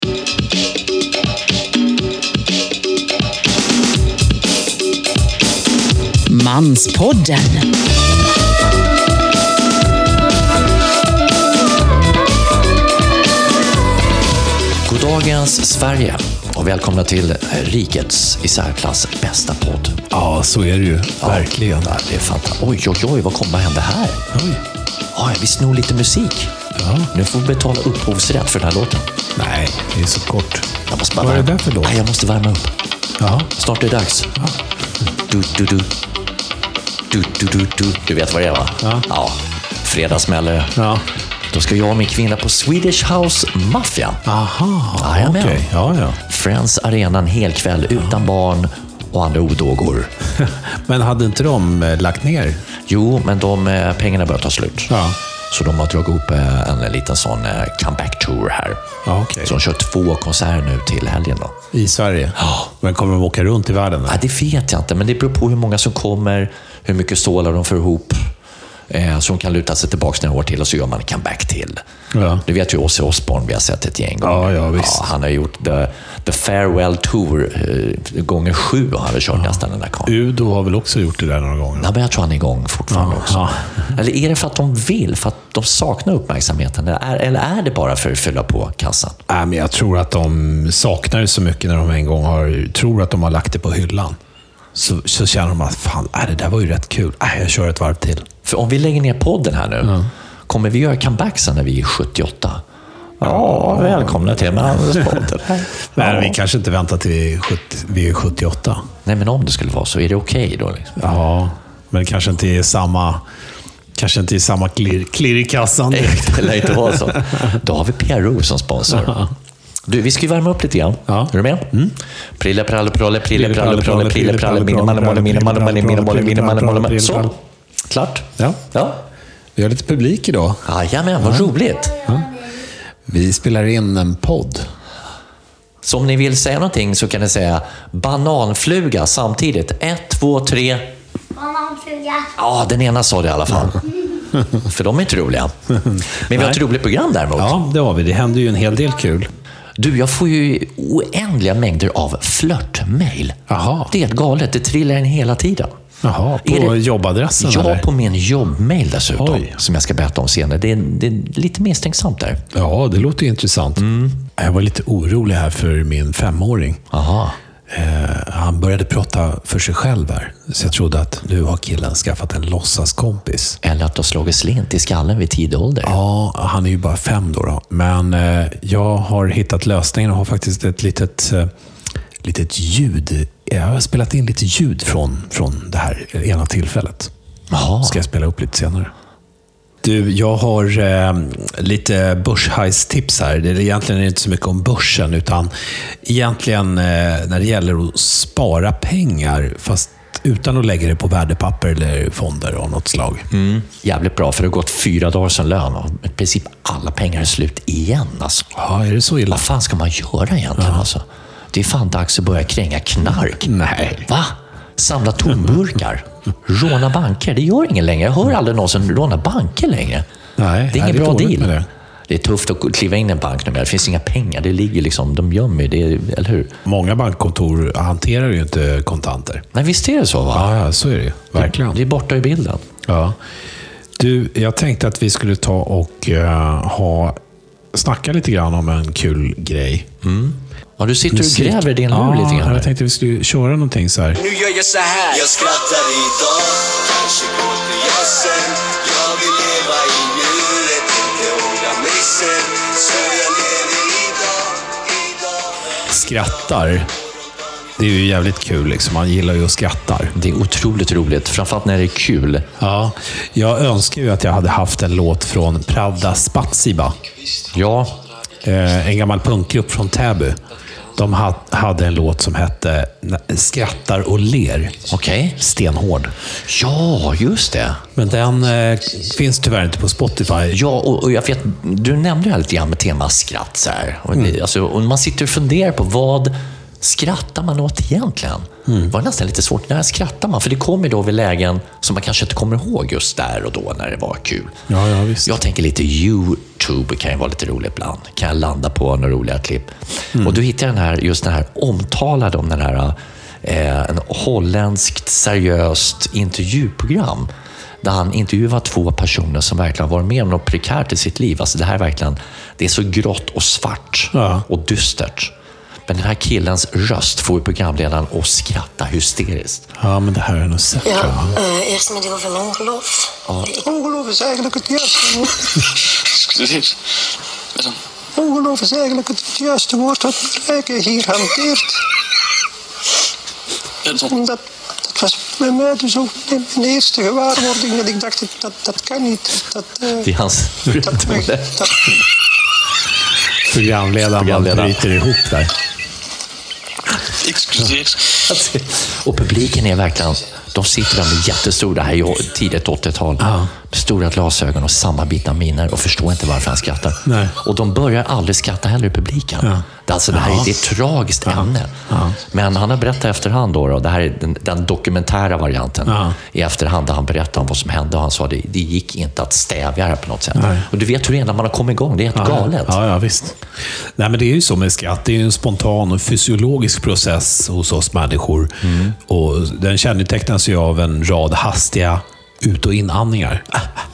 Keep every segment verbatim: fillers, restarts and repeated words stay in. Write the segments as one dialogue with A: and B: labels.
A: Manspodden.
B: Goddagens Sverige och välkomna till rikets i särklass bästa podd.
C: Ja, så är det ju.
B: Ja,
C: verkligen.
B: Ja, det är fantastiskt. Oj, oj, oj, vad kommer hända här?
C: Oj.
B: Ja, vi snor lite musik.
C: Ja.
B: Nu får vi betala upphovsrätt för den här låten.
C: Nej, det är så kort.
B: Jag måste bara
C: Vad är det
B: värma-
C: där för låt?
B: Nej, jag måste värma upp.
C: Ja.
B: Snart är det dags.
C: Ja.
B: Du, du, du. Du, du, du, du. Du vet vad det är, va?
C: Ja.
B: Ja. Fredagsmällare.
C: Ja.
B: Då ska jag och min kvinna på Swedish House Mafia.
C: Aha,
B: Jajamän.
C: okej. Ja, ja.
B: Friends Arena en hel kväll utan barn och andra odågor.
C: Men hade inte de eh, lagt ner?
B: Jo, men de eh, pengarna börjar ta slut.
C: Ja.
B: Så de har dragit ihop eh, en liten sån eh, comeback-tour här.
C: Ja, okej.
B: Så de kör två konserter nu till helgen då.
C: I Sverige?
B: Ja.
C: Men kommer de åka runt i världen?
B: Ja, det vet jag inte, men det beror på hur många som kommer, hur mycket stålar de får ihop. Eh, så de kan luta sig tillbaka några år till och så gör man en comeback till.
C: Ja.
B: Du vet ju Ozzy Osbourne, vi har sett ett gäng gånger.
C: Ja, ja, visst.
B: Ja, han har gjort the, the Farewell Tour eh, gånger sju och han har kört ja. nästan den där kameran.
C: Udo har väl också gjort det där några gånger?
B: Ja, men jag tror han är igång fortfarande
C: Ja,
B: också.
C: ja.
B: Eller är det för att de vill, för att de saknar uppmärksamheten? Eller är, eller är det bara för att fylla på kassan?
C: Nej, men jag tror att de saknar det så mycket när de en gång har, tror att de har lagt det på hyllan. Så, så känner de att fan, äh, det där var ju rätt kul. Äh, jag kör ett varv till.
B: För om vi lägger ner podden här nu, ja. kommer vi göra comeback sen när vi är sjuttioåtta? Ja, välkomna till Manspodden.
C: Men ja. Vi kanske inte väntar till sjuttio, vi är sjuttioåtta.
B: Nej, men om det skulle vara så, är det okej okay då? Liksom?
C: Ja, men kanske inte i samma... Kanske inte i samma klirr, klirr i kassan.
B: Det lär inte vara så. Då har vi P R O som sponsor. Ja. Du, vi ska ju värma upp lite grann. Ja. Är du med? Mm. Prille, pralle, prolle, prille, pralle, prolle, prille, pralle, minne, manne, molle, minne, manne, molle, minne, molle, minne, manne, molle. Så, klart.
C: Ja.
B: Ja.
C: Vi har lite publik idag.
B: Jajamän, vad roligt.
C: Ja. Vi spelar in en podd.
B: Så om ni vill säga någonting så kan ni säga bananfluga samtidigt. Ett, två, tre.
D: Bananfluga.
B: Ja, den ena sa det i alla fall. För de är inte roliga. Men vi har ett roligt program däremot.
C: Ja, det har vi. Det händer ju en hel del kul.
B: Du, jag får ju oändliga mängder av flörtmail.
C: Jaha.
B: Det är helt galet. Det trillar in hela tiden.
C: Jaha, på det... jobbadressen?
B: Ja,
C: eller?
B: På min jobbmail dessutom. Oj. Som jag ska berätta om senare. Det är, det är lite misstänksamt där.
C: Ja, det låter intressant. Mm. Jag var lite orolig här för min femåring.
B: Aha.
C: Eh, han började prata för sig själv här. Så jag trodde att nu har killen skaffat en låtsaskompis.
B: Eller att du har slagit slint i skallen vid tidig ålder.
C: Ja, han är ju bara fem då. då. Men eh, jag har hittat lösningen och har faktiskt ett litet, eh, litet ljud. Jag har spelat in lite ljud från, från det här ena tillfället.
B: Aha.
C: Ska jag spela upp lite senare. Du, jag har eh, lite börshajstips här. Det är egentligen inte så mycket om börsen, utan egentligen eh, när det gäller att spara pengar, fast utan att lägga det på värdepapper eller fonder av något slag.
B: Mm. Jävligt bra, för det har gått fyra dagar sedan lön och i princip alla pengar är slut igen. Alltså.
C: Ja, är det så illa?
B: Vad fan ska man göra egentligen? Ja. Alltså? Det är fan dags att börja kränga knark.
C: Nej.
B: Va? Samla tomburkar. Råna banker. Det gör ingen längre. Jag hör aldrig någon som rånar banker längre.
C: Nej,
B: det är ingen
C: nej,
B: bra
C: det
B: deal.
C: det.
B: Det är tufft att kliva in i en bank nu. Det finns inga pengar. Det ligger liksom, de gömmer det, eller hur?
C: Många bankkontor hanterar ju inte kontanter.
B: Nej, visst är det så, va?
C: Ja, ja, så är det ju. Verkligen.
B: Det är borta i bilden.
C: Ja. Du, jag tänkte att vi skulle ta och uh, ha snacka lite grann om en kul grej.
B: Mm. Ja, du sitter och gräver din lur
C: ja,
B: lite grann.
C: Jag tänkte att vi skulle köra någonting så här.
E: Nu gör jag så här. Jag skrattar idag, kanske gråter jag sen. Jag vill leva i nuet, inte ångra mig sen. Så jag lever idag, idag.
C: Skrattar. Det är ju jävligt kul liksom. Man gillar ju att skratta.
B: Det är otroligt roligt, framförallt när det är kul.
C: Ja, jag önskar ju att jag hade haft en låt från Pravda Spatsiba.
B: Ja.
C: Eh, en gammal punkgrupp från Täby. De hade en låt som hette Skrattar och ler.
B: Okej. Okay.
C: Stenhård.
B: Ja, just det.
C: Men den eh, finns tyvärr inte på Spotify.
B: Ja, och, och jag vet, du nämnde ju här lite grann med tema skratt. Så här. Och, mm. alltså, och man sitter och funderar på vad skrattar man åt egentligen? Mm. Var det nästan lite svårt. När skrattar man? För det kommer då vid lägen som man kanske inte kommer ihåg just där och då när det var kul.
C: Ja, ja, visst.
B: Jag tänker lite U YouTube kan ju vara lite roligt ibland. Kan jag landa på några roliga klipp. Mm. Och då hittar jag den här, just den här omtalade om den här eh, en holländskt seriöst intervjuprogram där han intervjuar två personer som verkligen har varit med om något prekärt i sitt liv. Alltså det här är verkligen, det är så grått och svart
C: ja.
B: och dystert. Men den här killens röst får ju programledaren att skratta hysteriskt.
C: Ja, men det här är nog sett.
A: Ja, uh, eerst met over een ongeloof.
B: Ja.
E: Ongeloof is eigenlijk het juiste woord.
D: Excuseer. Wat dan?
E: Ongeloof is eigenlijk het juiste woord dat Rijken hier hanteert.
D: Ja, dat
E: Dat, dat was bij mij dus ook mijn eerste gewaarwording. Dat ik dacht, dat, dat kan niet. Dat, uh,
B: Det är hans
E: dat, mag, dat,
C: Programledaren
B: Programledaren.
C: bryter ihop där.
D: Excuseer.
B: Och publiken är verkligen, de sitter där med jättestora, det här är ju tidigt åttiotal,
C: Ja.
B: stora glasögon och sammanbitna miner och förstår inte varför han skrattar.
C: Nej.
B: Och de börjar aldrig skratta heller i publiken.
C: Ja.
B: Det, alltså, det här
C: Ja.
B: är, det är ett tragiskt ämne.
C: Ja.
B: Men han har berättat efterhand då, och det här är den, den dokumentära varianten.
C: Ja.
B: I efterhand där han berättade om vad som hände och han sa att det, det gick inte att stävja det på något sätt.
C: Nej.
B: Och du vet hur det är när man har kommit igång, det är helt galet.
C: Ja, ja, visst. Nej, men det är ju så med skratt. Det är ju en spontan och fysiologisk process hos oss människor. Mm. Och den kännetecknas ju av en rad hastiga ut- och inandningar.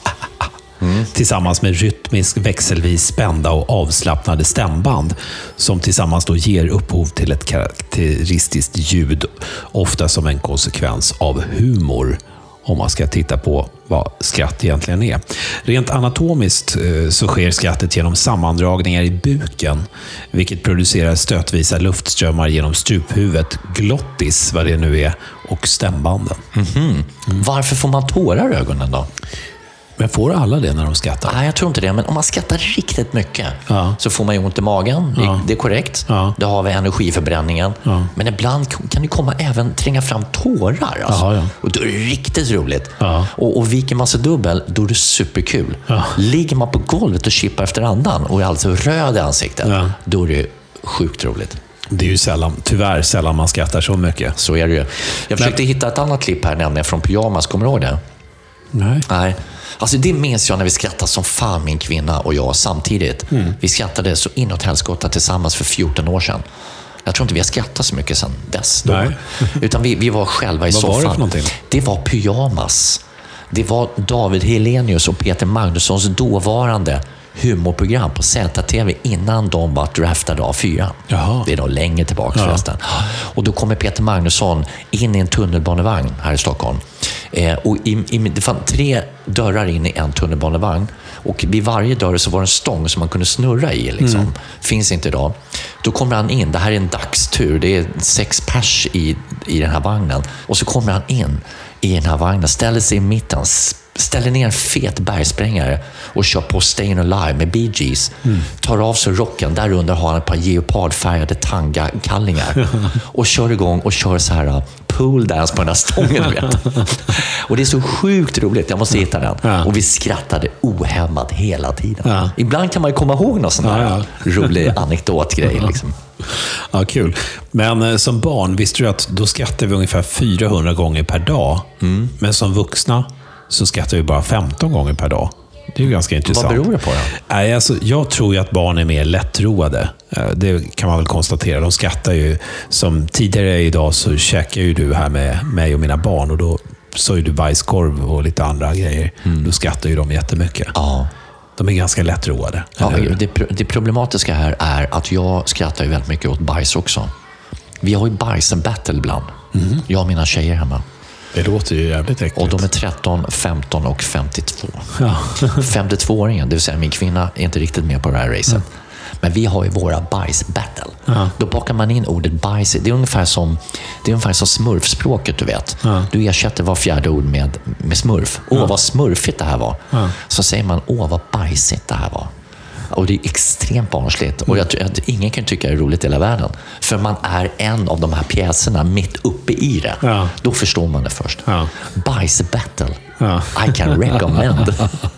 C: Mm. Tillsammans med rytmiskt växelvis spända och avslappnade stämband som tillsammans då ger upphov till ett karaktäristiskt ljud, ofta som en konsekvens av humor, om man ska titta på vad skratt egentligen är. Rent anatomiskt så sker skrattet genom sammandragningar i buken, vilket producerar stötvisa luftströmmar genom struphuvudet, glottis, vad det nu är, och stämbanden.
B: Mm-hmm. Mm. Varför får man tårar i ögonen då?
C: Men får alla det när de skrattar?
B: Nej, jag tror inte det. Men om man skrattar riktigt mycket
C: ja.
B: så får man ju ont i magen.
C: Ja.
B: Det är korrekt.
C: Ja.
B: Då har vi energiförbränningen.
C: Ja.
B: Men ibland kan det komma även tränga fram tårar. Alltså.
C: Aha, ja.
B: Och då är det riktigt roligt.
C: Ja.
B: Och, och viker man sig dubbel, då är det superkul.
C: Ja.
B: Ligger man på golvet och chippar efter andan och är alltså röd i ansiktet,
C: Ja.
B: då är det sjukt roligt.
C: Det är ju sällan, tyvärr sällan man skrattar så mycket.
B: Så är det ju. Jag försökte Men... hitta ett annat klipp här, nämligen från Pyjamas. Kommer du ihåg det?
C: Nej.
B: Nej. Alltså det minns jag när vi skrattade som fan, min kvinna och jag samtidigt. Mm. Vi skrattade så inåt helskotta tillsammans för fjorton år sedan. Jag tror inte vi har skrattat så mycket sedan dess. Då.
C: Nej.
B: Utan vi, vi var själva i
C: Vad
B: soffan.
C: var det för någonting?
B: Det var Pyjamas. Det var David Helenius och Peter Magnussons dåvarande humorprogram på Z T V innan de var draftade av fyra.
C: Jaha.
B: Det är då länge tillbaka
C: ja.
B: förresten. Och då kommer Peter Magnusson in i en tunnelbanevagn här i Stockholm. Eh, och i, i, det fanns tre dörrar in i en tunnelbanevagn. Och vid varje dörr så var det en stång som man kunde snurra i. Liksom. Mm. Finns inte idag. Då kommer han in. Det här är en dagstur. Det är sex pers i, i den här vagnen. Och så kommer han in i den här vagnen, ställer sig i mitten, ställer ner en fet bergsprängare och kör på Stayin' Alive med Bee Gees. Mm. Tar av sig rocken. Där under har han ett par geopardfärgade tanga-kallingar. Och kör igång och kör så här pool dance på den här stången. Vet. Och det är så sjukt roligt. Jag måste hitta den.
C: Ja.
B: Och vi skrattade ohämmat hela tiden.
C: Ja.
B: Ibland kan man ju komma ihåg någon sån där ja, ja. rolig anekdotgrej. Liksom.
C: Ja, kul. Men eh, som barn visste du att då skrattar vi ungefär fyrahundra gånger per dag. Mm. Men som vuxna så skrattar vi bara femton gånger per dag. Det är ju ganska intressant.
B: Vad beror det på då?
C: Nej, alltså, jag tror ju att barn är mer lättroade. Det kan man väl konstatera. De skrattar ju, som tidigare idag så käkar ju du här med mig och mina barn. Och då så är du bajskorv och lite andra grejer. Mm. Då skrattar ju de jättemycket. Ja. De är ganska lättroade.
B: Ja, det, det problematiska här är att jag skrattar ju väldigt mycket åt bajs också. Vi har ju bajs-battle ibland. Mm. Jag och mina tjejer hemma.
C: Det låter ju jävligt äckligt.
B: Och de är tretton, femton och femtiotvå.
C: Ja.
B: femtiotvååringen, det vill säga min kvinna, är inte riktigt med på det här racet. Mm. Men vi har ju våra bajs-battle. Ja. Då bakar man in ordet bajs. Det är ungefär som, det är ungefär som smurfspråket, du vet. Ja. Du ersätter var fjärde ord med, med smurf. Åh, ja. vad smurfigt det här var. Ja. Så säger man, åh, vad bajsigt det här var. Och det är extremt barnsligt. Och jag tror att ingen kan tycka det är roligt i hela världen. För man är en av de här pjäserna mitt uppe i det. Ja. Då förstår man det först. Ja. Bajs-battle. Ja. I can recommend.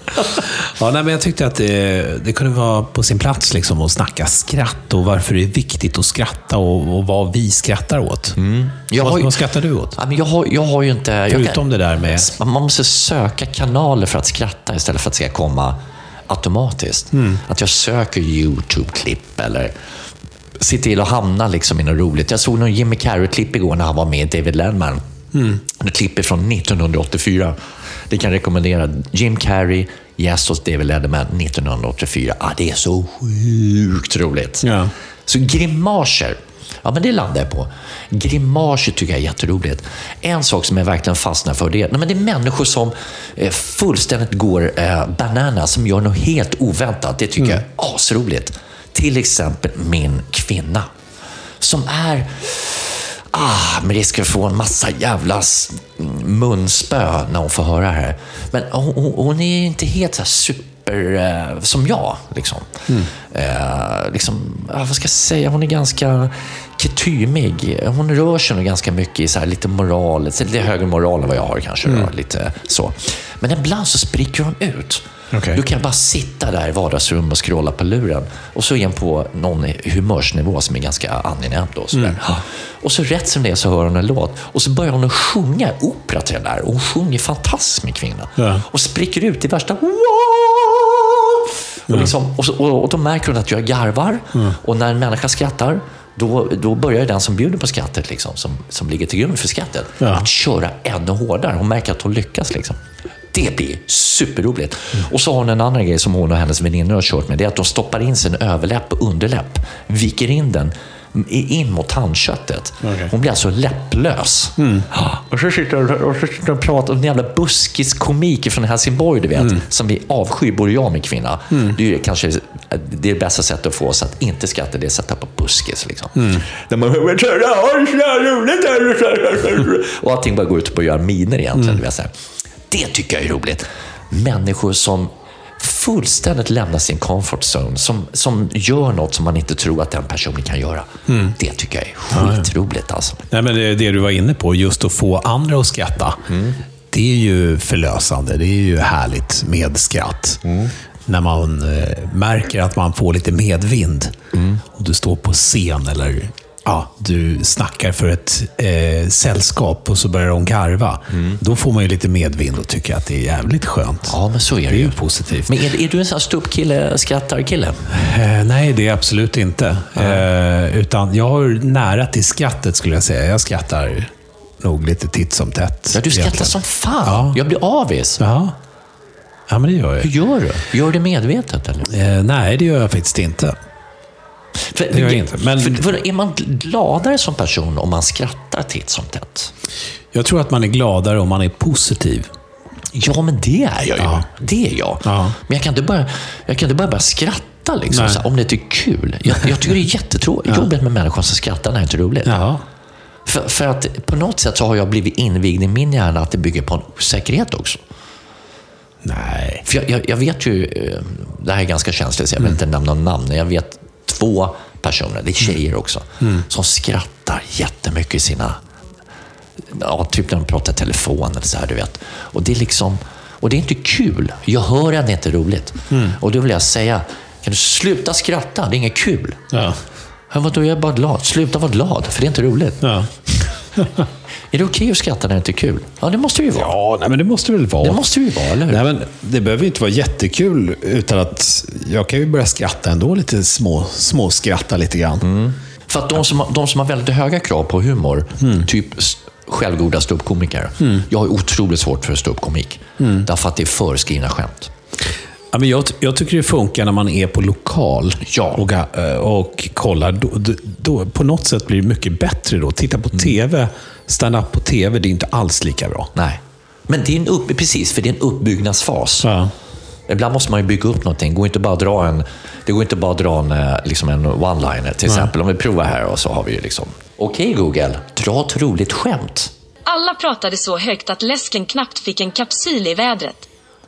C: Ja, nej, men jag tyckte att det, det kunde vara på sin plats liksom, att snacka skratt och varför det är viktigt att skratta och, och vad vi skrattar åt. Mm. Jag vad, har ju, vad skrattar du åt?
B: Ja, men jag, har, jag har ju inte...
C: Förutom
B: jag kan,
C: det där med...
B: Man måste söka kanaler för att skratta istället för att det ska komma automatiskt. Mm. Att jag söker YouTube-klipp eller ser till att hamna liksom i något roligt. Jag såg någon Jimmy Carrey-klipp igår när han var med David Letterman. Mm. Ett klipp är från nittonhundraåttiofyra. Det kan rekommendera Jim Carrey, gäst hos David Letterman nittonhundraåttiofyra. Ah, det är så sjukt roligt. Ja. Så grimaser, ja men det landar jag på. Grimaser tycker jag är jätteroligt. En sak som jag verkligen fastnar för det, nej, men det är människor som eh, fullständigt går eh, banana, som gör något helt oväntat. Det tycker mm. jag är asroligt. Till exempel min kvinna som är ah, med risk att få en massa jävla munspö när hon får höra det här. Men hon, hon är inte helt så här super eh, som jag liksom. Mm. Eh, liksom vad ska jag säga, hon är ganska ketymig. Hon rör sig nog ganska mycket i så här lite moral, lite högre moral än vad jag har kanske mm. då, lite så. Men ibland så spricker hon ut. Okay. Du kan bara sitta där i vardagsrum och scrolla på luren och så igen på någon humörsnivå som är ganska angenäm då, så mm. och så rätt som det så hör hon en låt och så börjar hon att sjunga opera till den där och hon sjunger fantastiskt med kvinnan ja. Och spricker ut i värsta wow! och, liksom, och, så, och, och då märker hon att jag garvar mm. och när en människa skrattar Då, då börjar den som bjuder på skrattet liksom, som, som ligger till grund för skrattet ja. Att köra ännu hårdare. Hon märker att hon lyckas liksom. Det blir superroligt. Mm. Och så har hon en annan grej som hon och hennes väninnor har kört med. Det är att de stoppar in sin överläpp och underläpp, viker in den in mot tandköttet. Okay. Hon blir alltså läpplös. Mm. Och så sitter hon och, så och pratar om en jävla buskiskomik från Helsingborg, du vet, mm. som vi avskyr, både jag och min kvinna. Mm. Det är kanske det är det bästa sättet att få oss att inte skratta, det är att sätta på buskis liksom. Mm. Där man och allting bara går ut på att göra miner egentligen, mm. vill jag säga. Det tycker jag är roligt. Människor som fullständigt lämnar sin comfort zone, som, som gör något som man inte tror att den personen kan göra. Mm. Det tycker jag är skitroligt alltså.
C: Nej, men det, det du var inne på, just att få andra att skratta, mm. det är ju förlösande. Det är ju härligt med skratt. Mm. När man eh, märker att man får lite medvind mm. och du står på scen eller ja, du snackar för ett eh, sällskap och så börjar de garva. Mm. Då får man ju lite medvind och tycker att det är jävligt skönt.
B: Ja, men så är det,
C: det är
B: ju
C: ju positivt.
B: Men är, är du en sån här ståuppkille, skrattarkille?
C: Eh, nej, det är absolut inte. Mm. Eh, utan jag har nära till skrattet, skulle jag säga. Jag skrattar nog lite titt som tätt.
B: Ja, du skrattar egentligen som fan. Ja. Jag blir avis.
C: Ja. Ja, men det gör jag.
B: Hur gör du? Gör det medvetet, eller?
C: Eh, nej, det gör jag faktiskt inte.
B: För, det gör jag inte. Men för, för är man gladare som person om man skrattar titt som tätt?
C: Jag tror att man är gladare om man är positiv.
B: Ja, men det är jag ju. Ja. Det är jag. Ja. Men jag kan inte bara, jag kan inte bara, bara skratta liksom, så här, om det är kul. Jag, jag tycker det är jättetråkigt ja. jobbigt med människor som skrattar när det inte är roligt. Ja. För, för att på något sätt så har jag blivit invigd i min hjärna att det bygger på en osäkerhet också.
C: Nej.
B: För jag, jag, jag vet ju, det här är ganska känsligt så jag vill inte mm. nämna någon namn. Jag vet två personer, det är tjejer också, mm. som skrattar jättemycket i sina, ja, typ när de pratar telefon eller så här, du vet. Och det är liksom, och det är inte kul. Jag hör att det inte är roligt. Mm. Och då vill jag säga, kan du sluta skratta? Det är inget kul. Ja. Men vadå, jag är bara glad. Sluta vara glad, för det är inte roligt. Ja. Är det okej att skratta när det inte är kul? Ja, det måste ju vara.
C: Ja, nej, men det måste väl vara.
B: Det måste ju vara, eller hur?
C: Nej, men det behöver inte vara jättekul, utan att jag kan ju börja skratta ändå, lite små, små skratta lite grann. Mm.
B: För att de som, de som har väldigt höga krav på humor, mm. typ självgoda ståuppkomiker, mm. jag har otroligt svårt för ståuppkomik. Mm. Därför att det är förskrivna skämt.
C: Ja, men jag, jag tycker det funkar när man är på lokal ja. och, och kollar. Då, då, då, på något sätt blir det mycket bättre då. Titta på mm. tv, stand-up på tv, det är inte alls lika bra.
B: Nej, men det är en upp, precis, för det är en uppbyggnadsfas. Ja. Ibland måste man ju bygga upp någonting. Det går inte bara att dra en, det går inte bara att dra en, liksom en one-liner. Till exempel Nej. Om vi provar här och så har vi ju liksom... Okej okay, Google, dra ett roligt skämt.
F: Alla pratade så högt att läsken knappt fick en kapsyl i vädret.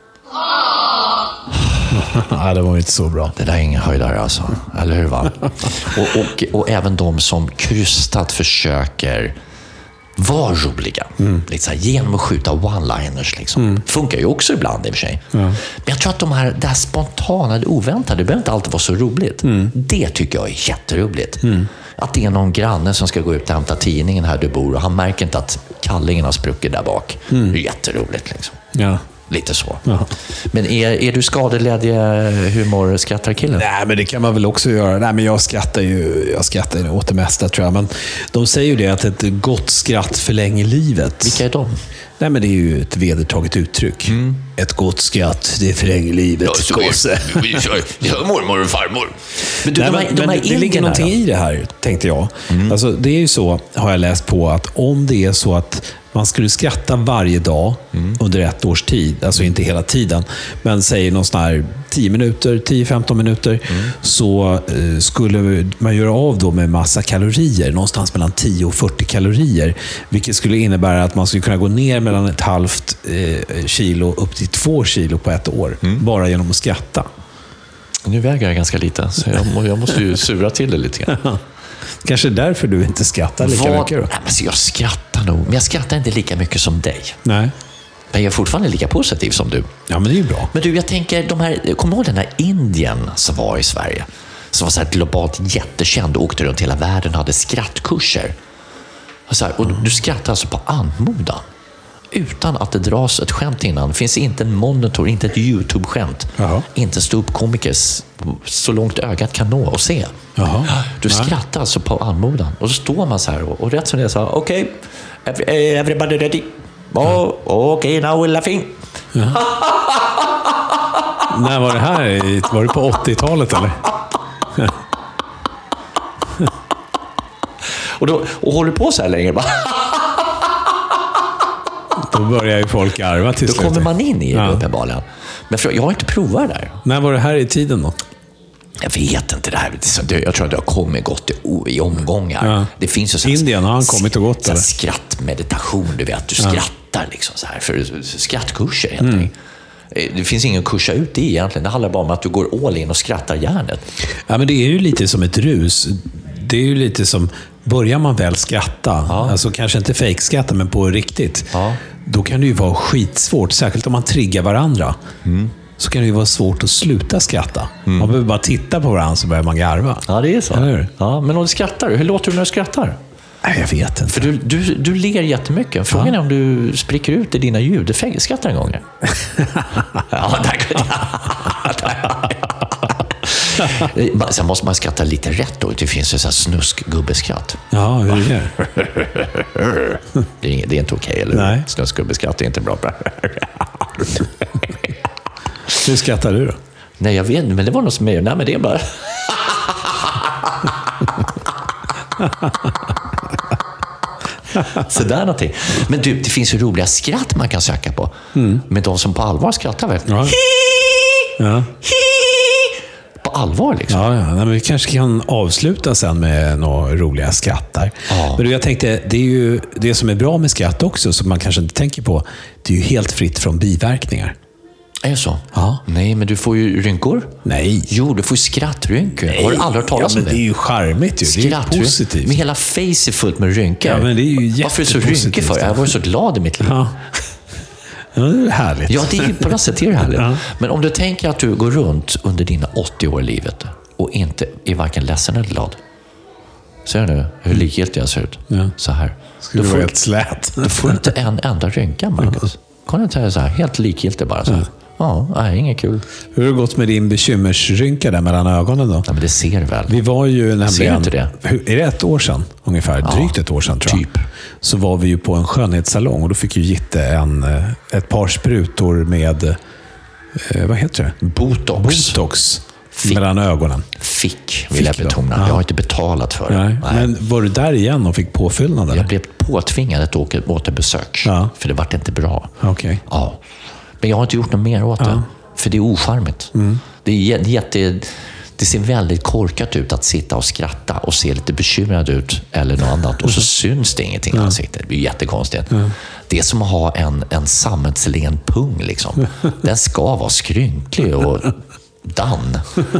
C: Nej, det var inte så bra.
B: Det där är ingen höjdare alltså, eller hur va? Och, och, och även de som krystat försöker vara roliga. Mm. Lite så här, genom att skjuta one-liners liksom. Mm. Funkar ju också ibland i och för sig. Ja. Men jag tror att de här, det här spontana, det oväntade, det behöver inte alltid vara så roligt. Mm. Det tycker jag är jätteroligt. Mm. Att det är någon granne som ska gå ut och hämta tidningen här du bor och han märker inte att kallingen har spruckit där bak. Mm. Det är jätteroligt liksom.
C: Ja.
B: lite så.
C: Ja.
B: Men är, är du skadeledig humorskrattarkillen?
C: Nej, men det kan man väl också göra. Nej, men jag skrattar ju jag skrattar ju åt det mesta, tror jag. Men de säger ju det att ett gott skratt förlänger livet.
B: Vilka är de?
C: Nej, men det är ju ett vedertaget uttryck. Mm. Ett gott skratt, det förlänger livet.
B: Ja, så är det. Ja, mormor och farmor. Men, du,
C: Nej,
B: de
C: men,
B: här, de
C: men
B: här
C: det ligger någonting i det här, tänkte jag. Mm. Alltså, det är ju så, har jag läst på, att om det är så att man skulle skratta varje dag mm. under ett års tid, alltså inte hela tiden, men säg någon sån här tio minuter, tio femton minuter, mm. så eh, skulle man göra av då med massa kalorier, någonstans mellan tio och fyrtio kalorier, vilket skulle innebära att man skulle kunna gå ner mellan ett halvt eh, kilo upp till två kilo på ett år, mm. bara genom att skratta.
B: Nu väger jag ganska lite, så jag, jag måste ju sura till det lite grann.
C: Kanske därför du inte skrattar lika
B: Vad?
C: mycket då?
B: Nej, men jag skrattar nog, men jag skrattar inte lika mycket som dig.
C: Nej.
B: Men jag är fortfarande lika positiv som du.
C: Ja, men det är ju bra.
B: Men du, jag tänker, de här, kommer du ihåg den här Indien som var i Sverige? Som var så här globalt jättekänd och åkte runt hela världen och hade skrattkurser. Och, så här, och du skrattar alltså på anmodan. Utan att det dras ett skämt innan. Det finns inte en monitor, inte ett YouTube-skämt. Jaha. Inte stå upp komiker så långt ögat kan nå och se. Jaha. Du skrattar ja. alltså på anmodan. Och så står man så här och, och rätt som det är så här, okej, okay, everybody ready? Oh, okej, okay, now we're laughing. Ja.
C: När var det här? Var det på åttiotalet eller?
B: och, då, och håller på så här länge bara...
C: Då börjar ju folk arva till
B: Då
C: slut.
B: kommer man in i det ja. uppenbarligen. Men för, jag har inte provat det där.
C: När var det här i tiden då?
B: Jag vet inte det här. Jag tror att det har kommit gått i omgångar. Ja. Det finns ju så här,
C: Indien, har han kommit och gått?
B: Så skrattmeditation, du vet. Du skrattar liksom så här. För skrattkurser helt mm. enkelt. Det finns ingen kursa ut i egentligen. Det handlar bara om att du går all in och skrattar hjärnet.
C: Ja, men det är ju lite som ett rus. Det är ju lite som... Börjar man väl skratta, ja. alltså kanske inte fejkskratta, men på riktigt, ja. då kan det ju vara skitsvårt, särskilt om man triggar varandra. Mm. Så kan det ju vara svårt att sluta skratta. Mm. Man behöver bara titta på varandra så börjar man garva.
B: Ja, det är så. Eller? Ja, men om du skrattar, hur låter du när du skrattar?
C: Nej, jag vet inte.
B: För du, du, du ler jättemycket. Frågan ja. är om du spricker ut i dina ljud. Du skrattar en gång. Ja, tack. Sen måste man skratta lite rätt då. Det finns ju så här snuskgubbeskratt.
C: Ja, hur är det?
B: Det är, inget, det är inte okej, eller
C: Nej.
B: Snuskgubbeskratt är inte bra.
C: Hur skrattar du då?
B: Nej, jag vet inte, men det var något som är... Nej, men det är bara... Så där någonting. Men du, det finns ju roliga skratt man kan söka på. Mm. Men de som på allvar skrattar väl?
C: Ja. Ja.
B: På allvar liksom.
C: Ja, ja. Men vi kanske kan avsluta sen med några roliga skrattar. Ja. Men du, jag tänkte, det är ju det som är bra med skratt också, som man kanske inte tänker på. Det är ju helt fritt från biverkningar.
B: Är det så?
C: Ja.
B: Nej, men du får ju rynkor.
C: Nej.
B: Jo, du får ju skrattrynkor. Har du aldrig hört talas
C: ja,
B: om
C: det?
B: det?
C: Det är ju charmigt ju. Det är positivt.
B: Men hela face är fullt med rynkor.
C: Ja, men det är ju jättepositivt.
B: Varför är det så rynkor för? Jag var så glad i mitt liv.
C: Ja. Ja, det är härligt.
B: Ja, det är ju på något sätt är det härligt. Ja. Men om du tänker att du går runt under dina åttio år i livet och inte är varken ledsen eller glad. Ser du nu hur likgiltig jag ser ut? Ja. Så här.
C: Skulle du få helt slät.
B: Du får inte en enda rynka, Marcus. Kan du inte säga så här, helt likgiltig bara så här. Ja. Ja, nej, inget kul.
C: Hur har det gått med din bekymmersrynka där mellan ögonen då?
B: Ja, men det ser väl.
C: Vi var ju nämligen...
B: Ser inte det?
C: Hur, är det ett år sedan ungefär? Ja, drygt ett år sedan tror jag. Typ. Så var vi ju på en skönhetssalong och då fick ju Gitte en, ett par sprutor med... Eh, vad heter det?
B: Botox.
C: Botox. Fick. Mellan ögonen.
B: Fick, vill jag betona. Ja. Jag har inte betalat för det.
C: Nej. Nej. Men var du där igen och fick påfyllnad? Eller?
B: Jag blev påtvingad ett återbesök. Ja. För det var inte bra.
C: Okay.
B: Ja. Men jag har inte gjort något mer åt det. Ja. För det är ocharmigt. Mm. Det, är jätte, det ser väldigt korkat ut att sitta och skratta och se lite bekymrad ut eller något annat. Och så syns det ingenting i ja. ansiktet. Det blir jättekonstigt. Ja. Det är som att ha en, en sammetslen pung. Liksom. Den ska vara skrynklig och dan.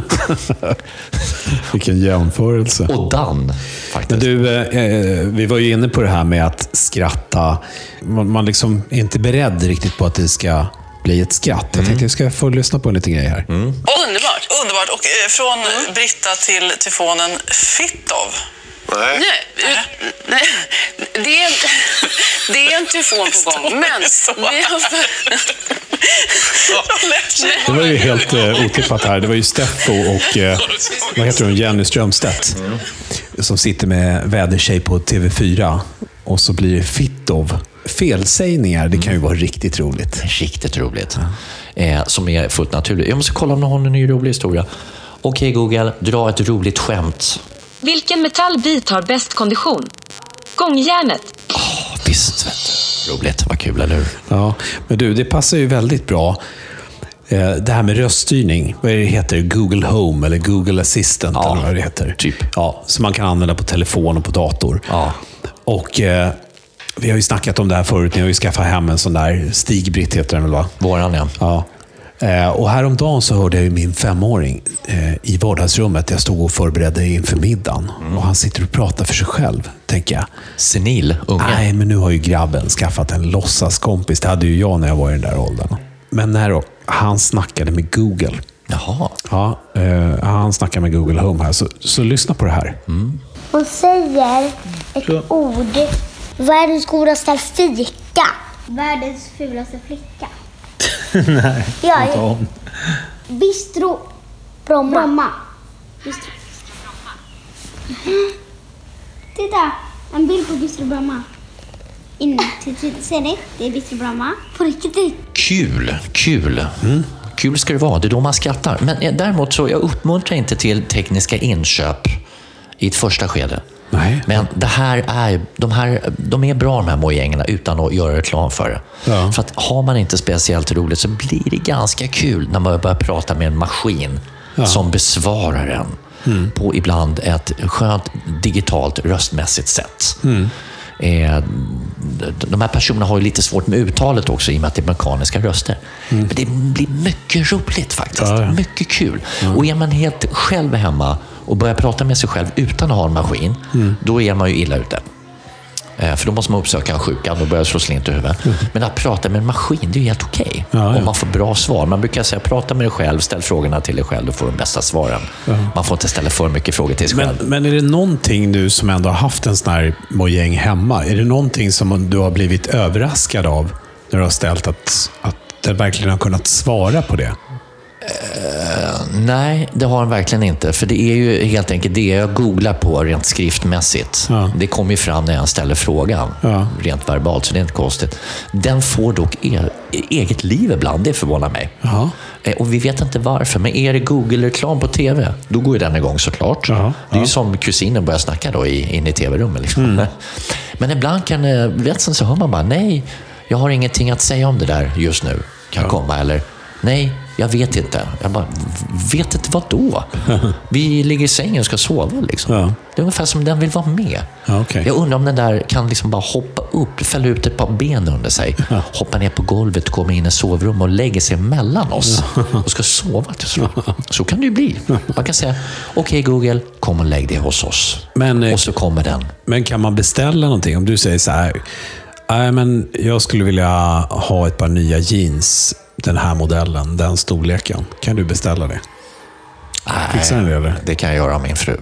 C: Vilken jämförelse.
B: Och dan, faktiskt.
C: Men du, eh, vi var ju inne på det här med att skratta. Man, man liksom är inte beredd riktigt på att det ska bli ett skratt. Jag tänkte jag ska få lyssna på en liten grej här.
G: Mm. Underbart. Underbart. Och eh, från mm. Britta till tyfonen Fittov.
E: Nej.
G: Nej, nej. Det, är, det är en tyfon på gång. Men vi har,
C: Det var ju helt uh, otippat här. Det var ju Steffo och uh, vad heter hon? Jenny Strömstedt mm. som sitter med vädertjej på T V fyra. Och så blir det Fittov. Felsägningar, det kan ju vara riktigt roligt.
B: Riktigt roligt. Ja. Eh, som är fullt naturligt. Jag måste kolla om någon har en ny rolig historia. Okej Google, dra ett roligt skämt.
F: Vilken metallbit har bäst kondition? Gångjärnet.
B: Oh, visst, vet du. Roligt, vad kul, eller hur?
C: Ja, men du, det passar ju väldigt bra. Det här med röststyrning, vad är det heter? Google Home eller Google Assistant
B: ja,
C: eller vad det heter.
B: Typ.
C: Ja, som man kan använda på telefon och på dator.
B: Ja.
C: Och eh, vi har ju snackat om det här förut. Ni har ju skaffat hem en sån där Stig-Britt heter den väl, va?
B: Våran, ja.
C: Ja. Eh, och häromdagen så hörde jag ju min femåring eh, i vardagsrummet. Jag stod och förberedde inför middagen. Mm. Och han sitter och pratar för sig själv, tänker jag.
B: Senil, unga.
C: Nej, men nu har ju grabben skaffat en låtsaskompis. Det hade ju jag när jag var i den där åldern. Men när då, han snackade med Google.
B: Jaha.
C: Ja, eh, han snackade med Google Home här. Så, så lyssna på det här.
B: Mm.
H: Hon säger ett så. ord. Världens godaste fika. Världens fulaste flicka.
C: Nej,
H: ja, inte hon. Bistro Bromma. Bromma. Bistro. Mm. Titta, en bild på Bistro Bromma. In, ser ni? Det är Bistro Bromma. På riktigt.
B: Kul, kul. Mm. Kul ska det vara, det är då man skrattar. Men däremot så jag uppmuntrar inte till tekniska inköp i ett första skede.
C: Nej.
B: Men det här är, de, här, de är bra de här mojängerna utan att göra reklam för det. Ja. För att har man inte speciellt roligt så blir det ganska kul när man börjar prata med en maskin ja. som besvarar en mm. på ibland ett skönt digitalt röstmässigt sätt. Mm. Eh, de här personerna har ju lite svårt med uttalet också i och med att det är mekaniska röster. Mm. Men det blir mycket roligt faktiskt. Ja, ja. Mycket kul. Ja. Och är man helt själv hemma och börjar prata med sig själv utan att ha en maskin, mm. då är man ju illa ute. Eh, för då måste man uppsöka en sjukan och börja slå slint i huvudet. Mm. Men att prata med en maskin, det är ju helt okej. Okay. Ja, ja. Och man får bra svar. Man brukar säga, prata med dig själv, ställ frågorna till dig själv och få de bästa svaren. Ja. Man får inte ställa för mycket frågor till sig
C: men,
B: själv.
C: Men är det någonting nu som ändå har haft en sån här mojäng hemma? Är det någonting som du har blivit överraskad av när du har ställt att, att det verkligen har kunnat svara på det?
B: Uh, nej, det har han verkligen inte. För det är ju helt enkelt det jag googlar på rent skriftmässigt. Ja. Det kommer ju fram när jag ställer frågan. Ja. Rent verbalt, så det är inte konstigt. Den får dock er, eget liv ibland, det förvånar mig. Ja. Uh, och vi vet inte varför. Men är det Google-reklam på tv, då går ju den igång såklart. Ja. Det är ju som kusinen börjar snacka då i, in i tv-rummet. Liksom. Mm. Men ibland kan, vet sen så hör man bara, nej, jag har ingenting att säga om det där just nu. Kan ja. komma, eller nej, jag vet inte. Jag bara, vet inte vad då? Vi ligger i sängen och ska sova liksom. Ja. Det är ungefär som den vill vara med. Ja, okay. Jag undrar om den där kan liksom bara hoppa upp, fälla ut ett par ben under sig. Ja. Hoppa ner på golvet, komma in i sovrum och lägga sig mellan oss. Ja. Och ska sova till slut. Så kan det ju bli. Man kan säga, okej okay, Google, kom och lägg dig hos oss. Men, och så kommer den.
C: Men kan man beställa någonting? Om du säger så här, nej men jag skulle vilja ha ett par nya jeans, den här modellen, den storleken. Kan du beställa det?
B: Nej, det, eller? Det kan jag göra av min fru.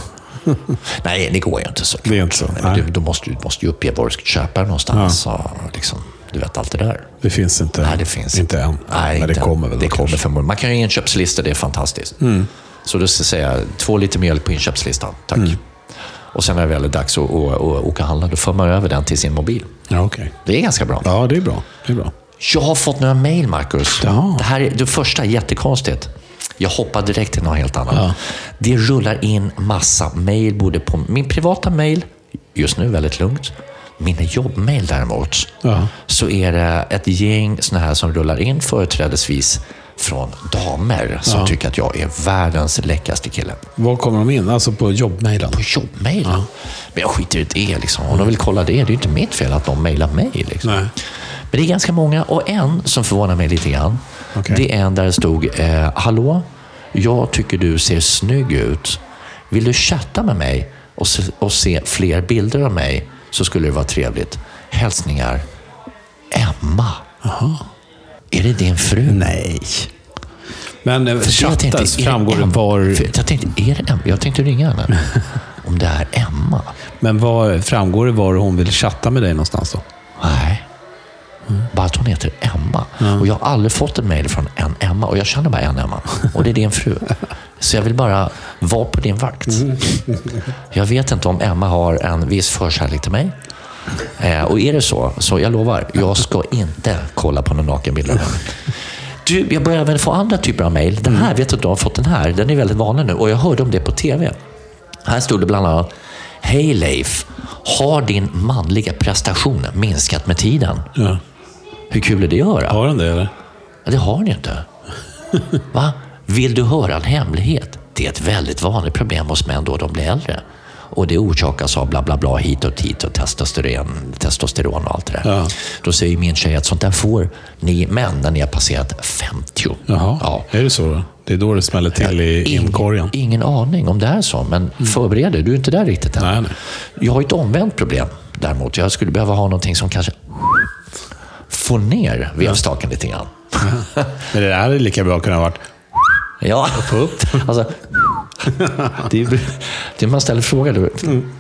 B: Nej, det går ju inte så.
C: Det är inte så.
B: Men du, du måste ju måste ju uppge var du ska köpa någonstans. Ja. Så, liksom, du vet allt det där.
C: Det finns inte.
B: Nej, det finns
C: inte än. Nej, men det kommer väl.
B: Det kommer förmodligen. Man kan ju inköpslista, det är fantastiskt. Mm. Så då ska jag säga två liter mjölk på inköpslistan. Tack. Mm. Och sen när det väl är dags att, att, att, att åka och handla, då för man över den till sin mobil.
C: Ja, okay.
B: Det är ganska bra.
C: Ja, det är bra. Det är bra.
B: Jag har fått några mejl, Marcus. Ja. Det här är det första, jättekonstigt. Jag hoppar direkt till något helt annat. Ja. Det rullar in massa mejl, både på min privata mejl, just nu väldigt lugnt. Mina jobbmejl däremot, ja. Så är det ett gäng såna här som rullar in företrädesvis från damer som ja. tycker att jag är världens läckraste kille.
C: Var kommer de in? Alltså på jobbmejlen?
B: På jobbmejlen. Ja. Men jag skiter i det liksom. Om de vill kolla det, det är ju inte mitt fel att de mejlar mig liksom. Nej. Men det är ganska många, och en som förvånar mig lite grann, okay. Det är en där det stod eh, hallå, jag tycker du ser snygg ut. Vill du chatta med mig och se, och se fler bilder av mig, så skulle det vara trevligt. Hälsningar Emma. Aha. Är det din fru?
C: Nej. Men chattas framgår det var...
B: Jag tänkte, är det Emma? Jag tänkte ringa henne. Om det är Emma.
C: Men var, framgår det var hon vill chatta med dig någonstans då?
B: Nej. Mm. Bara att hon heter Emma. Mm. Och jag har aldrig fått en mejl från en Emma. Och jag känner bara en Emma. Och det är din fru. Så jag vill bara vara på din vakt. Mm. Jag vet inte om Emma har en viss förkärlek till mig. Eh, och är det så, så jag lovar, jag ska inte kolla på någon nakenbilder. Du, jag börjar väl få andra typer av mejl. Den här, vet du, du har fått den här. Den är väldigt vanlig nu. Och jag hörde om det på tv. Här stod det bland annat: Hej Leif, har din manliga prestation minskat med tiden?
C: Ja.
B: Hur kul är det att höra?
C: Har den det eller?
B: Ja, det har ni inte. Va? Vill du höra en hemlighet? Det är ett väldigt vanligt problem hos män då de blir äldre. Och det orsakas av bla bla bla hit och hit och testosteron, testosteron och allt det där. Ja. Då säger min tjej att sånt där får ni män när ni har passerat femtio.
C: Jaha, ja. Är det så då? Det är då det smäller till i
B: ingen,
C: inkorgen.
B: Ingen aning om det är så, men mm. förbered dig, du är inte där riktigt än.
C: Nej, nej.
B: Jag har ett omvänt problem däremot. Jag skulle behöva ha någonting som kanske får ner vevstaken lite grann.
C: Ja. Men det där är lika bra att kunna ha varit
B: ja, få upp. Alltså, det är det man ställer fråga du. Mm.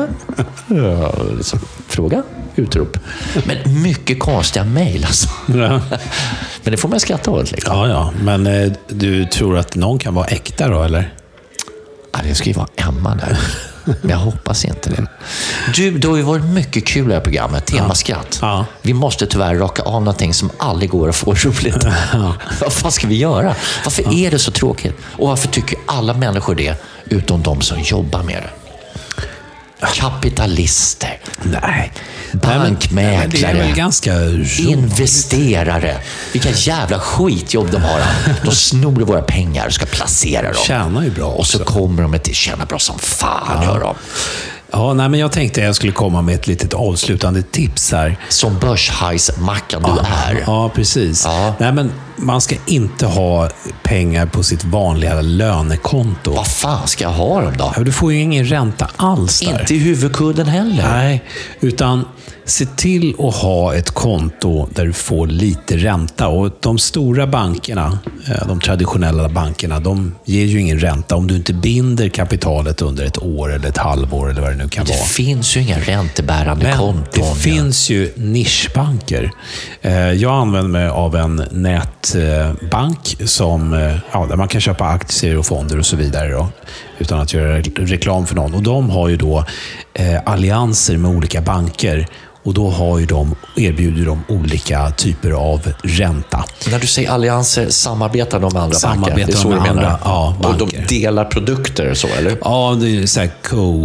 B: Ja, liksom, fråga, utrop. Men mycket konstiga mejl alltså. Ja. Men det får man skratta åt liksom.
C: Ja, ja. Men eh, du tror att någon kan vara äkta då, eller?
B: Ja, det ska ju vara Emma där. Men jag hoppas inte det. Du, det har ju varit mycket kul här programmet. Temaskratt. Ja. Vi måste tyvärr raka av någonting som aldrig går att få roligt. Ja. Vad fan ska vi göra? Varför ja. är det så tråkigt? Och varför tycker alla människor det utom de som jobbar med det? Kapitalister.
C: Nej.
B: Bankmäklare.
C: Nej, det är väl ganska
B: investerare. Vilka jävla skitjobb de har. De snor våra pengar och ska placera dem.
C: Tjänar ju bra också.
B: Och så kommer de till tjäna bra som fan,
C: ja.
B: gör de.
C: Ja, nej, men jag tänkte att jag skulle komma med ett litet avslutande tips här.
B: Som börshajsmackan
C: ja,
B: du är.
C: Ja, precis. Ja. Nej, men man ska inte ha pengar på sitt vanliga lönekonto.
B: Vad fan ska jag ha dem då?
C: Ja, du får ju ingen ränta alls där.
B: Inte i huvudkudden heller.
C: Nej, utan se till att ha ett konto där du får lite ränta. Och de stora bankerna, de traditionella bankerna, de ger ju ingen ränta om du inte binder kapitalet under ett år eller ett halvår eller vad det nu kan
B: det
C: vara.
B: Det finns ju inga räntebärande
C: Men
B: konton.
C: det
B: ja.
C: finns ju nischbanker. Jag använder mig av en nätbank som, ja, där man kan köpa aktier och fonder och så vidare då, utan att göra reklam för någon. Och de har ju då eh, allianser med olika banker. Och då har ju de, erbjuder de olika typer av ränta.
B: När du säger allianser, samarbetar de med andra
C: samarbetar
B: banker? Det är så
C: med
B: du menar?
C: Andra, ja, banker.
B: Och de delar produkter, så eller?
C: Ja, det är så här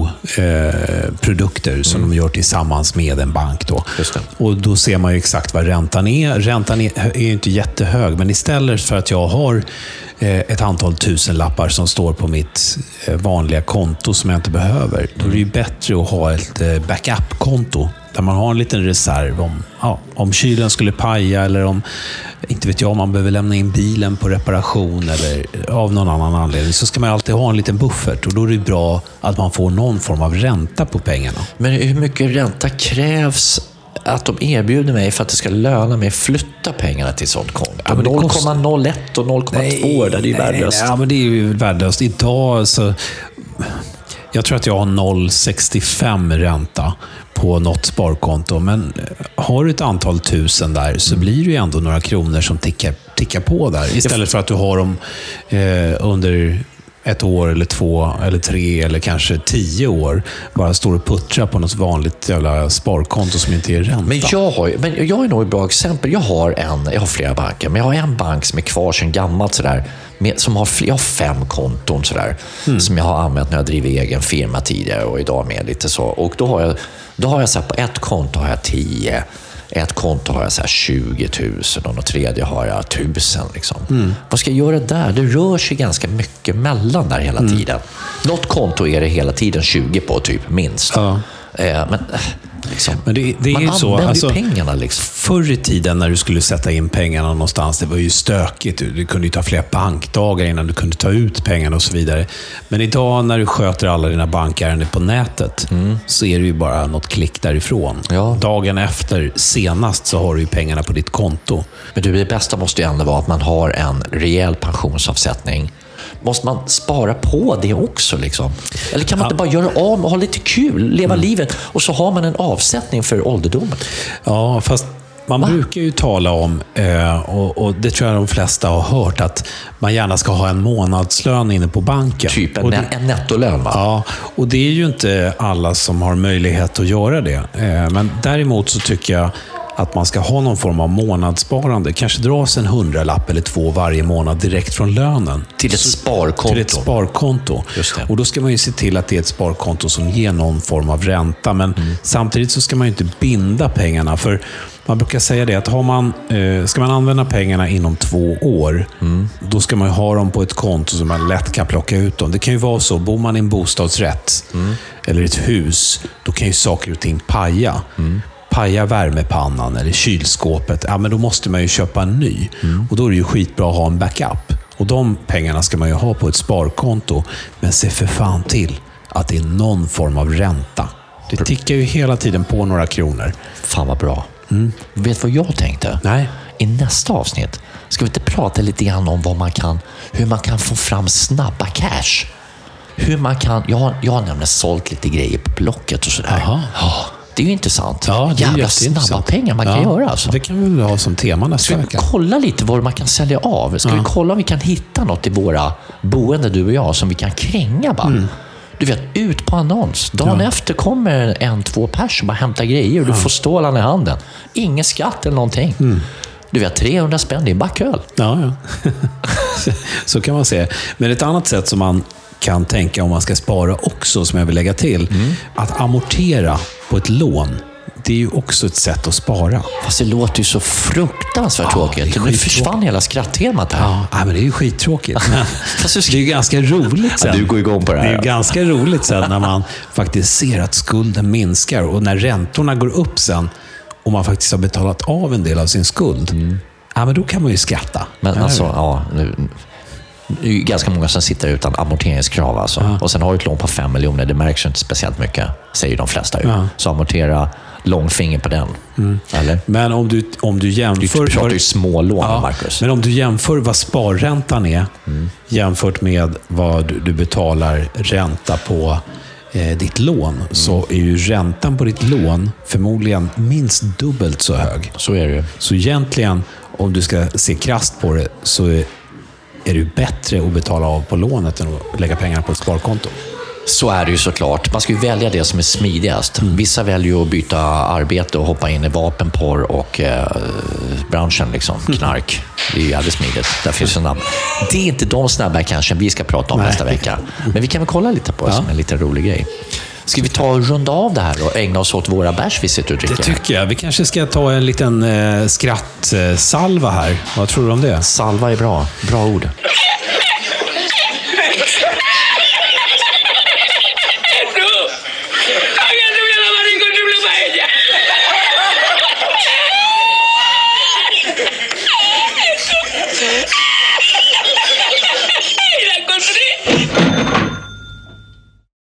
C: co-produkter eh, som mm. de gör tillsammans med en bank då.
B: Just det.
C: Och då ser man ju exakt vad räntan är. Räntan är, är ju inte jättehög, men istället för att jag har eh, ett antal tusenlappar som står på mitt eh, vanliga konto som jag inte behöver, mm. då är det ju bättre att ha ett eh, backup-konto där man har en liten reserv om, ja, om kylen skulle paja eller om, inte vet jag, om man behöver lämna in bilen på reparation eller av någon annan anledning, så ska man alltid ha en liten buffert, och då är det bra att man får någon form av ränta på pengarna.
B: Men hur mycket ränta krävs att de erbjuder mig för att det ska löna mig att flytta pengarna till sånt konto? Ja, noll komma noll ett och noll komma två, det är ju värdelöst.
C: Ja, men det är ju värdelöst. Idag så... Jag tror att jag har noll komma sextiofem ränta på något sparkonto, men har du ett antal tusen där så blir det ju ändå några kronor som tickar, tickar på där. Istället för att du har dem eh, under ett år eller två eller tre eller kanske tio år bara står och puttrar på något vanligt jävla sparkonto som inte är ränta.
B: Men jag har, men jag är nog ett bra exempel. Jag har en, jag har flera banker, men jag har en bank som är kvar sedan gammalt sådär, med, som har, jag har fem konton sådär, mm. som jag har använt när jag driver egen firma tidigare och idag med lite så. Och då har jag, då har jag så här, på ett konto har jag tio, ett konto har jag så här tjugo tusen och något tredje har jag tusen. Liksom. Mm. Vad ska jag göra där? Det rör sig ganska mycket mellan där hela mm. tiden. Något konto är det hela tiden tjugo på, typ, minst. Ja. Eh, men liksom,
C: men det, det är
B: man
C: ju
B: använder
C: så, alltså,
B: ju pengarna. Liksom.
C: Förr i tiden när du skulle sätta in pengarna någonstans, det var ju stökigt. Du kunde ju ta flera bankdagar innan du kunde ta ut pengarna och så vidare. Men idag när du sköter alla dina bankärenden på nätet mm. så är det ju bara något klick därifrån. Ja. Dagen efter, senast, så har du ju pengarna på ditt konto.
B: Men du, det bästa måste ju ändå vara att man har en rejäl pensionsavsättning. Måste man spara på det också liksom? Eller kan man ja. inte bara göra av och ha lite kul, leva mm. livet, och så har man en avsättning för ålderdomen?
C: Ja, fast man brukar ju tala om, eh, och, och det tror jag de flesta har hört, att man gärna ska ha en månadslön inne på banken.
B: Typ en,
C: och det,
B: en nettolön, va?
C: Ja, och det är ju inte alla som har möjlighet att göra det. Eh, men däremot så tycker jag att man ska ha någon form av månadssparande. Kanske dras en hundralapp eller två varje månad direkt från lönen.
B: Till ett sparkonto.
C: Till ett sparkonto.
B: Just det.
C: Och då ska man ju se till att det är ett sparkonto som ger någon form av ränta. Men mm. samtidigt så ska man ju inte binda pengarna. För man brukar säga det att har man, eh, ska man använda pengarna inom två år, mm. då ska man ju ha dem på ett konto som man lätt kan plocka ut dem. Det kan ju vara så, bor man i en bostadsrätt mm. eller ett hus, då kan ju saker och ting paja. Mm. Paja värmepannan eller kylskåpet, ja men då måste man ju köpa en ny. Mm. Och då är det ju skitbra att ha en backup. Och de pengarna ska man ju ha på ett sparkonto. Men se för fan till att det är någon form av ränta. Det tickar ju hela tiden på några kronor.
B: Fan vad bra. Mm. Vet du vad jag tänkte?
C: Nej.
B: I nästa avsnitt ska vi inte prata lite grann om vad man kan, hur man kan få fram snabba cash. Hur man kan, jag har, jag har nämligen sålt lite grejer på Blocket och sådär. Jaha. Ja. Det är ju intressant.
C: Ja, det är
B: jävla snabba pengar man
C: ja,
B: kan göra. Alltså.
C: Det kan vi väl ha som tema nästa vecka.
B: Ska vi kolla lite vad man kan sälja av? Ska ja. vi kolla om vi kan hitta något i våra boende, du och jag, som vi kan kränga bara? Mm. Du vet, ut på annons. Dagen ja. efter kommer en, två pers och bara hämtar grejer och du ja. får stålarna i handen. Ingen skatt eller någonting. Mm. Du vet, trehundra spänn, det är bara köl.
C: Ja, ja. Så kan man säga. Men ett annat sätt som man kan tänka om man ska spara också, som jag vill lägga till, mm. att amortera på ett lån. Det är ju också ett sätt att spara.
B: Fast det låter ju så fruktansvärt ja, tråkigt. Det, det försvann hela skrattemat här.
C: Ja, men det är ju skittråkigt. Fast det är ju ganska roligt sen.
B: Ja, du går igång på det här.
C: Det är ju ganska roligt sen när man faktiskt ser att skulden minskar och när räntorna går upp sen och man faktiskt har betalat av en del av sin skuld. Mm. Ja, men då kan man ju skratta.
B: Men ja, alltså, ja... Nu... Det är ju ganska många som sitter utan amorteringskrav. Alltså. Ja. Och sen har du ett lån på fem miljoner. Det märks inte speciellt mycket, säger de flesta. Ju. Ja. Så amortera långfinger på den. Mm. Eller?
C: Men om du, om du jämför...
B: Du pratar ju små lån, ja,
C: Marcus. Men om du jämför vad sparräntan är mm. jämfört med vad du, du betalar ränta på eh, ditt lån, mm. så är ju räntan på ditt lån förmodligen minst dubbelt så hög.
B: Så är det ju.
C: Så egentligen, om du ska se krasst på det, så är är det bättre att betala av på lånet än att lägga pengar på ett sparkonto.
B: Så är det ju såklart. Man ska ju välja det som är smidigast. Mm. Vissa väljer ju att byta arbete och hoppa in i vapenporr och eh, branschen, liksom. Knark. Det är ju jävligt smidigt. Där finns en namn. Det är inte de snabba kanske vi ska prata om Nej. nästa vecka. Men vi kan väl kolla lite på det ja. som en liten rolig grej. Ska vi ta och runda av det här och ägna oss åt våra bärs vi sitter och dricker?
C: Det tycker jag. Vi kanske ska ta en liten eh, skrattsalva här. Vad tror du om det?
B: Salva är bra. Bra ord.